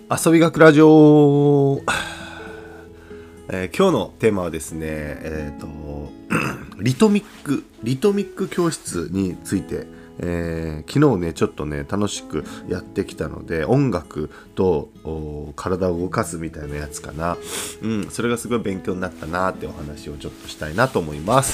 遊び学ラジオ、今日のテーマはですね、リトミック教室について、昨日ねちょっとね楽しくやってきたので、音楽と体を動かすみたいなやつかな、それがすごい勉強になったなってお話をちょっとしたいなと思います。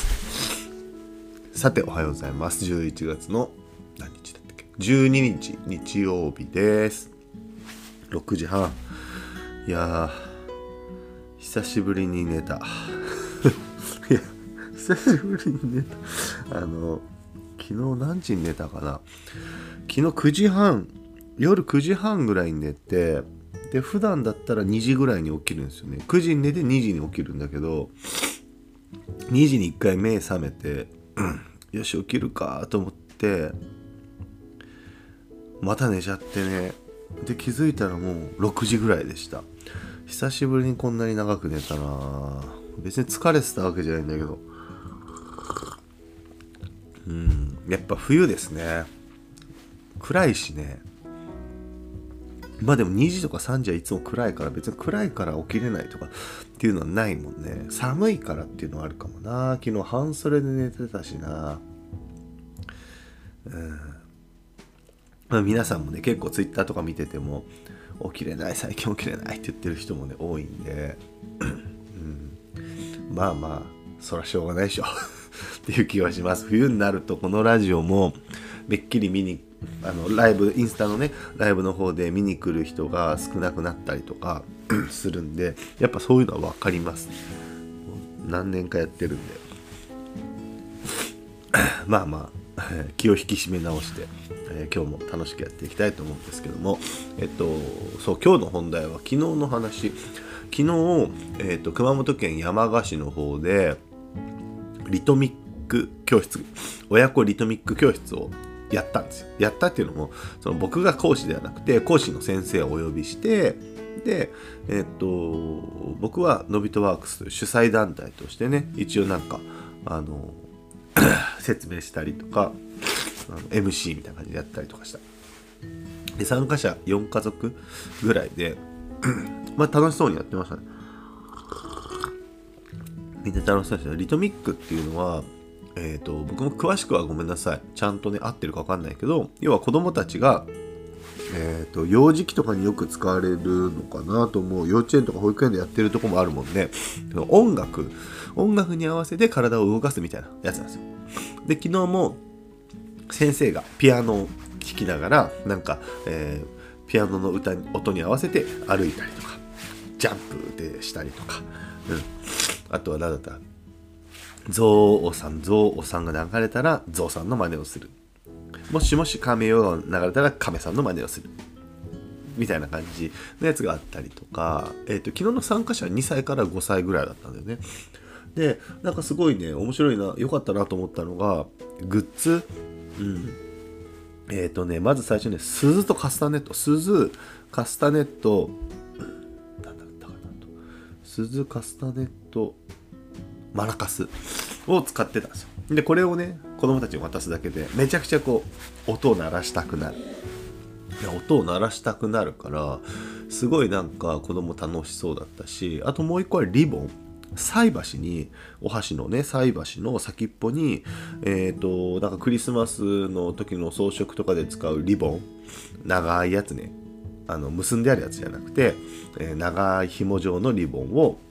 さておはようございます。11月の何日だったっけ、12日日曜日です。6時半。いやー、久しぶりに寝た。いや、久しぶりに寝た。昨日何時に寝たかな。昨日9時半、夜9時半ぐらいに寝て、で、普段だったら2時ぐらいに起きるんですよね。9時に寝て2時に起きるんだけど、2時に1回目覚めて、よし起きるかと思って、また寝ちゃってね。で気づいたらもう6時ぐらいでした。久しぶりにこんなに長く寝たな。別に疲れてたわけじゃないんだけど、やっぱ冬ですね。暗いしね。まあでも2時とか3時はいつも暗いから、別に暗いから起きれないとかっていうのはないもんね。寒いからっていうのはあるかもな。昨日半袖で寝てたしな。まあ、皆さんもね結構ツイッターとか見てても起きれない最近起きれないって言ってる人もね多いんで、まあまあそらしょうがないでしょっていう気はします。冬になるとこのラジオもめっきり見にライブインスタのねライブの方で見に来る人が少なくなったりとかするんで、やっぱそういうのは分かります。何年かやってるんでまあまあ気を引き締め直して、今日も楽しくやっていきたいと思うんですけども、そう今日の本題は昨日の話。昨日、熊本県山鹿市の方でリトミック教室、親子リトミック教室をやったんですよ。やったっていうのも、その僕が講師ではなくて講師の先生をお呼びして、で、僕はノビトワークスという主催団体としてね、一応なんか説明したりとかMC みたいな感じでやったりとかした。で参加者4家族ぐらいでまあ楽しそうにやってましたね。みんな楽しそうでした。リトミックっていうのは僕も詳しくはごめんなさい、ちゃんとね合ってるか分かんないけど、要は子供たちが幼児期とかによく使われるのかなと思う。幼稚園とか保育園でやってるとこもあるもんで、音楽に合わせて体を動かすみたいなやつなんですよ。で昨日も先生がピアノを弾きながらなんか、ピアノの音に合わせて歩いたりとかジャンプでしたりとか、あとは何だったらゾウオさんが流れたらゾウさんの真似をする。もし亀よが流れたら亀さんの真似をするみたいな感じのやつがあったりとか、昨日の参加者は2歳から5歳ぐらいだったんだよね。でなんかすごいね面白いな、良かったなと思ったのがグッズ。まず最初ね、鈴カスタネットなんだったかなと、鈴カスタネットマラカスを使ってたんですよ。でこれをね子供たちに渡すだけでめちゃくちゃこう音を鳴らしたくなる。音を鳴らしたくなるからすごいなんか子供楽しそうだったし、あともう一個はリボン。菜箸にお箸のね菜箸の先っぽになんかクリスマスの時の装飾とかで使うリボン、長いやつね、結んであるやつじゃなくて、長い紐状のリボンを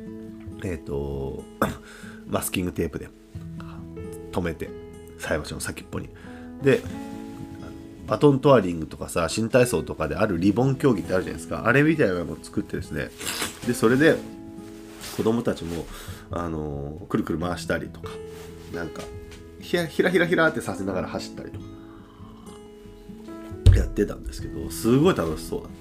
マスキングテープで留めて菜箸の先っぽに。でバトントワリングとかさ新体操とかであるリボン競技ってあるじゃないですか。あれみたいなのを作ってですね、でそれで子供たちもくるくる回したりとか、なんかひらってさせながら走ったりとかやってたんですけど、すごい楽しそうだった。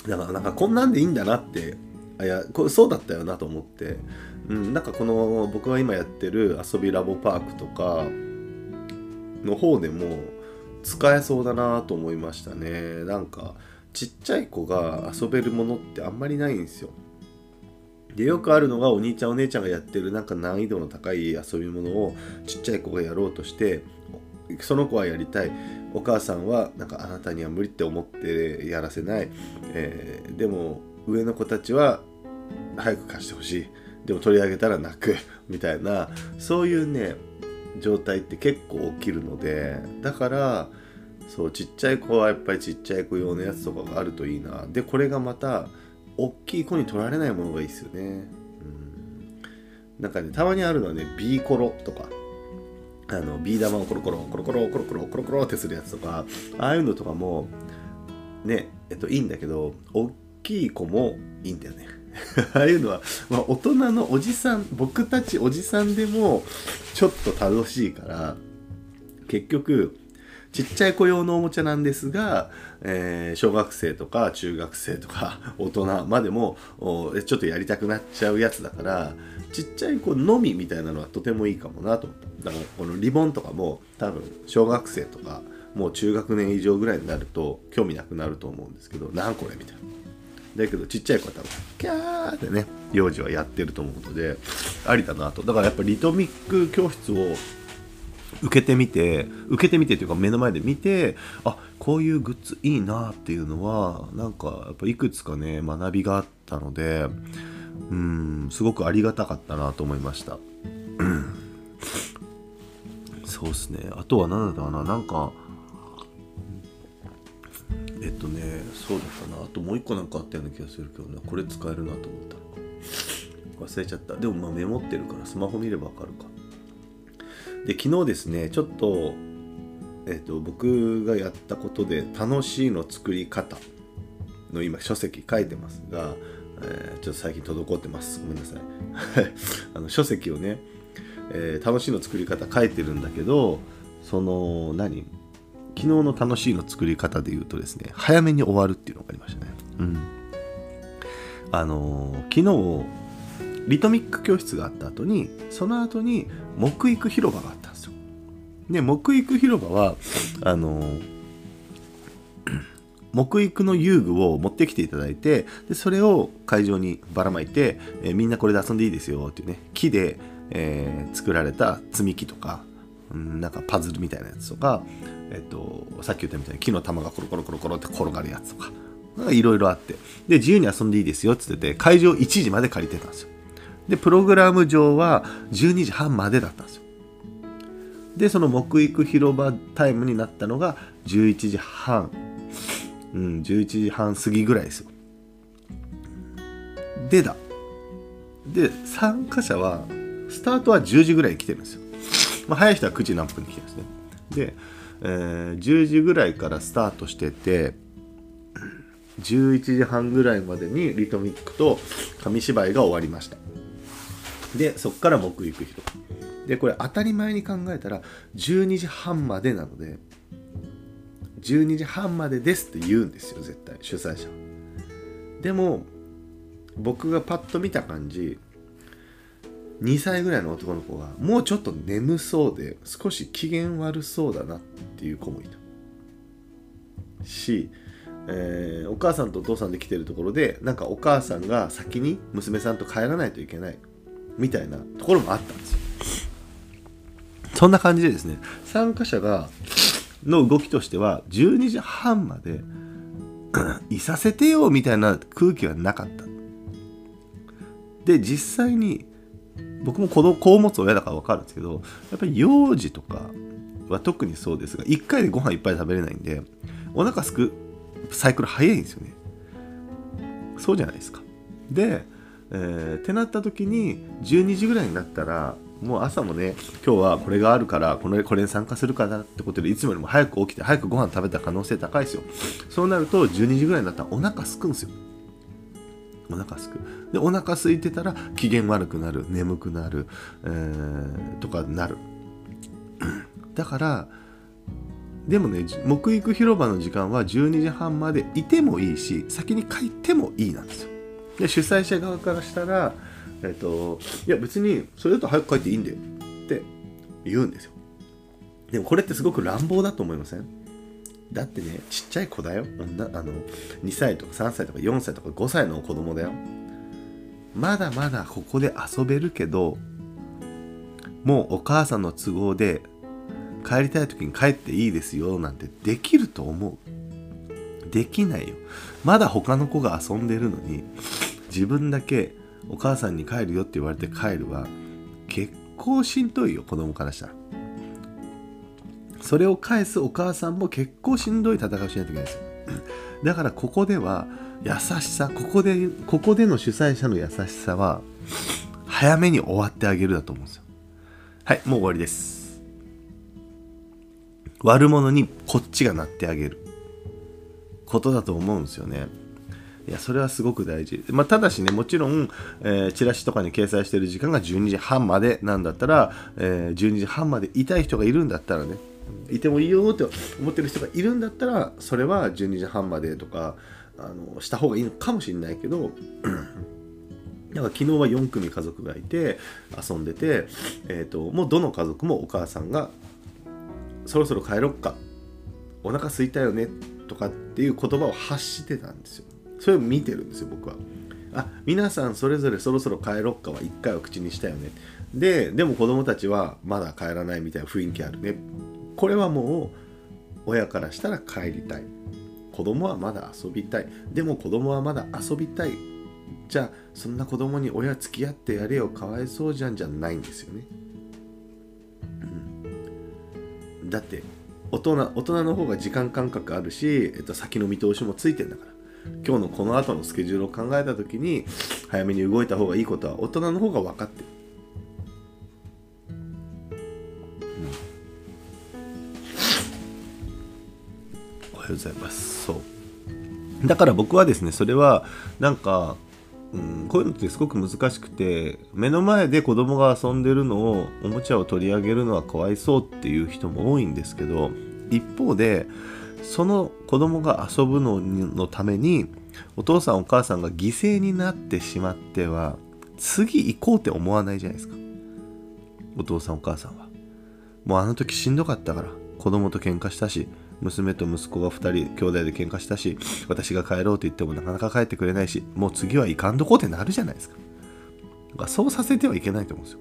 だからなんかこんなんでいいんだなって、そうだったよなと思って、なんかこの僕が今やってる遊びラボパークとかの方でも使えそうだなと思いましたね。なんかちっちゃい子が遊べるものってあんまりないんですよ。でよくあるのがお兄ちゃんお姉ちゃんがやってるなんか難易度の高い遊び物をちっちゃい子がやろうとしてその子はやりたい、お母さんはなんかあなたには無理って思ってやらせない、でも上の子たちは早く貸してほしい、でも取り上げたら泣くみたいな、そういうね状態って結構起きるので、だからそうちっちゃい子はやっぱりちっちゃい子用のやつとかがあるといいな。でこれがまた大きい子に取られないものがいいですよね。なんかねたまにあるのはね、ビーコロとかビー玉をコロコロコロコロコロコロコロコロってするやつとか、ああいうのとかもねいいんだけど、大きい子もいいんだよねああいうのは、まあ、大人のおじさん、僕たちおじさんでもちょっと楽しいから、結局ちっちゃい子用のおもちゃなんですが、小学生とか中学生とか大人までもちょっとやりたくなっちゃうやつだから、ちっちゃい子のみみたいなのはとてもいいかもなと思った。だからこのリボンとかも多分小学生とかもう中学年以上ぐらいになると興味なくなると思うんですけど、なんこれみたいな。だけどちっちゃい子は多分キャーってね幼児はやってると思うのでありだなと。だからやっぱリトミック教室を受けてみてというか目の前で見て、あ、こういうグッズいいなっていうのはなんかやっぱいくつかね学びがあったので、すごくありがたかったなと思いましたそうですね。あとは何だったかな、なんかそうだったな、あともう一個なんかあったような気がするけどな、これ使えるなと思ったのか忘れちゃった。でもまあメモってるからスマホ見ればわかるか。で昨日ですねちょっと僕がやったことで楽しいの作り方の今書籍書いてますが、ちょっと最近滞ってます、ごめんなさい書籍をね、楽しいの作り方書いてるんだけど、その昨日の楽しいの作り方で言うとですね、早めに終わるっていうのがありましたね。昨日リトミック教室があった後に、その後に木育広場があったんですよ。で木育広場は木育の遊具を持ってきていただいて、でそれを会場にばらまいて、みんなこれで遊んでいいですよっていうね、木で、作られた積み木とか、なんかパズルみたいなやつとか、さっき言ったみたいに木の玉がコロコロコロコロって転がるやつとか、いろいろあって、で自由に遊んでいいですよって言ってて、会場1時まで借りてたんですよ。でプログラム上は12時半までだったんですよ。でその木育広場タイムになったのが11時半、11時半過ぎぐらいですよ。で参加者はスタートは10時ぐらいに来てるんですよ。早い人は9時何分に来てるんですね。で、10時ぐらいからスタートしてて、11時半ぐらいまでにリトミックと紙芝居が終わりました。でそっから木育広場で、これ当たり前に考えたら12時半までなので、12時半までですって言うんですよ絶対主催者は。でも僕がパッと見た感じ、2歳ぐらいの男の子がもうちょっと眠そうで少し機嫌悪そうだなっていう子もいたし、お母さんとお父さんで来てるところで、なんかお母さんが先に娘さんと帰らないといけないみたいなところもあったんですよ。そんな感じでですね、参加者の動きとしては12時半までいさせてよみたいな空気はなかった。で実際に僕も子を持つ親だから分かるんですけど、やっぱり幼児とかは特にそうですが、1回でご飯いっぱい食べれないんでお腹すくサイクル早いんですよね。そうじゃないですか。で、ってなった時に12時ぐらいになったら、もう朝もね、今日はこれがあるからこれに参加するかなってことでいつもよりも早く起きて早くご飯食べた可能性高いですよ。そうなると12時ぐらいになったらお腹すくんですよ。お腹すく。でお腹空いてたら機嫌悪くなる、眠くなる、とかなる。だからでもね、木育広場の時間は12時半までいてもいいし、先に帰ってもいいなんですよ。で主催者側からしたら、いや別にそれだと早く帰っていいんだよって言うんですよ。でもこれってすごく乱暴だと思いません？だってね、ちっちゃい子だよ。2歳とか3歳とか4歳とか5歳の子供だよ。まだまだここで遊べるけど、もうお母さんの都合で帰りたい時に帰っていいですよなんてできると思う？できないよ。まだ他の子が遊んでるのに自分だけお母さんに帰るよって言われて帰るは結構しんどいよ、子供からしたら。それを返すお母さんも結構しんどい戦いをしないといけないですよ。だからここでは優しさ、ここでの主催者の優しさは早めに終わってあげるだと思うんですよ。はい、もう終わりです。悪者にこっちがなってあげることだと思うんですよね。いや、それはすごく大事。ただしね、もちろん、チラシとかに掲載している時間が12時半までなんだったら、12時半までいたい人がいるんだったらね、いてもいいよって思ってる人がいるんだったら、それは12時半までとかした方がいいのかもしれないけどなんか昨日は4組家族がいて遊んでて、もうどの家族もお母さんがそろそろ帰ろっか、お腹空いたよねとかっていう言葉を発してたんですよ。それを見てるんですよ、僕は。皆さんそれぞれそろそろ帰ろっかは1回は口にしたよね。でも子供たちはまだ帰らないみたいな雰囲気あるね。これはもう親からしたら帰りたい、子供はまだ遊びたい、でも子供はまだ遊びたい、じゃあそんな子供に親付き合ってやれよ、かわいそうじゃんじゃないんですよね。だって大人の方が時間感覚あるし、先の見通しもついてんだから、今日のこの後のスケジュールを考えた時に早めに動いた方がいいことは大人の方が分かってる。おはようございます。そうだから僕はですね、それはなんか、こういうのってすごく難しくて、目の前で子供が遊んでるのをおもちゃを取り上げるのはかわいそうっていう人も多いんですけど、一方でその子供が遊ぶのためにお父さんお母さんが犠牲になってしまっては次行こうって思わないじゃないですか。お父さんお母さんはもうあの時しんどかったから、子供と喧嘩したし、娘と息子が2人兄弟で喧嘩したし、私が帰ろうと言ってもなかなか帰ってくれないし、もう次は行かんとこうってなるじゃないですか。だからそうさせてはいけないと思うんですよ。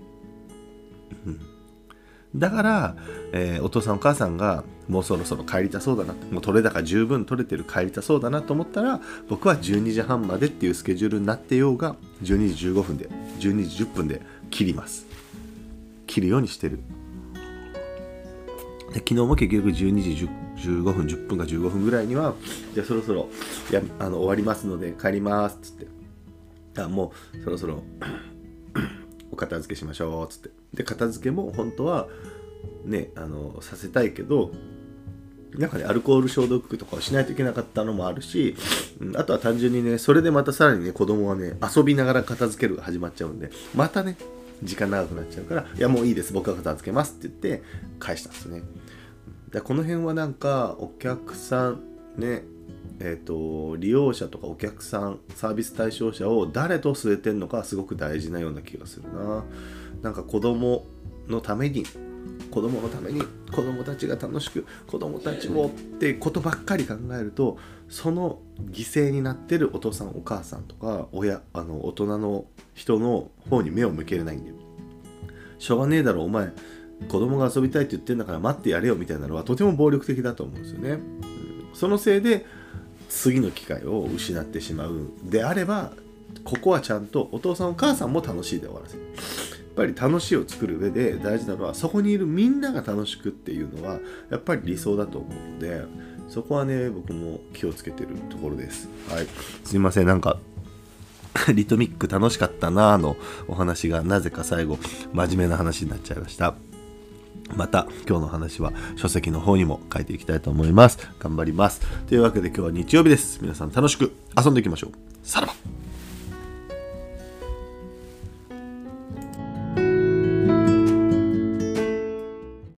だから、お父さんお母さんがもうそろそろ帰りたそうだな、もう取れ高十分取れてる、帰りたそうだなと思ったら、僕は12時半までっていうスケジュールになってようが12時15分で12時10分で切ります。切るようにしてる。で昨日も結局12時15分10分か15分ぐらいには、じゃあそろそろ終わりますので帰りますっつって、もうそろそろお片付けしましょうっつって、で片付けも本当はねさせたいけど、なんかねアルコール消毒とかをしないといけなかったのもあるし、あとは単純にね、それでまたさらにね子供はね遊びながら片付けるが始まっちゃうんで、またね時間長くなっちゃうから、いやもういいです、僕が片付けますって言って返したんですね。でこの辺はなんかお客さんね、利用者とかお客さん、サービス対象者を誰と据えてんのかすごく大事なような気がするな。なんか子供のために子供たちが楽しく、子供たちをってことばっかり考えると、その犠牲になってるお父さんお母さんとか大人の人の方に目を向けれないんだよ。しょうがねえだろお前、子供が遊びたいって言ってんだから待ってやれよみたいなのはとても暴力的だと思うんですよね。そのせいで次の機会を失ってしまうであれば、ここはちゃんとお父さんお母さんも楽しいで終わらせる。やっぱり楽しいを作る上で大事なのは、そこにいるみんなが楽しくっていうのはやっぱり理想だと思うので、そこはね僕も気をつけてるところです。はい、すいません、なんかリトミック楽しかったなぁのお話がなぜか最後真面目な話になっちゃいました。また今日の話は書籍の方にも書いていきたいと思います。頑張ります。というわけで今日は日曜日です。皆さん楽しく遊んでいきましょう。さらば。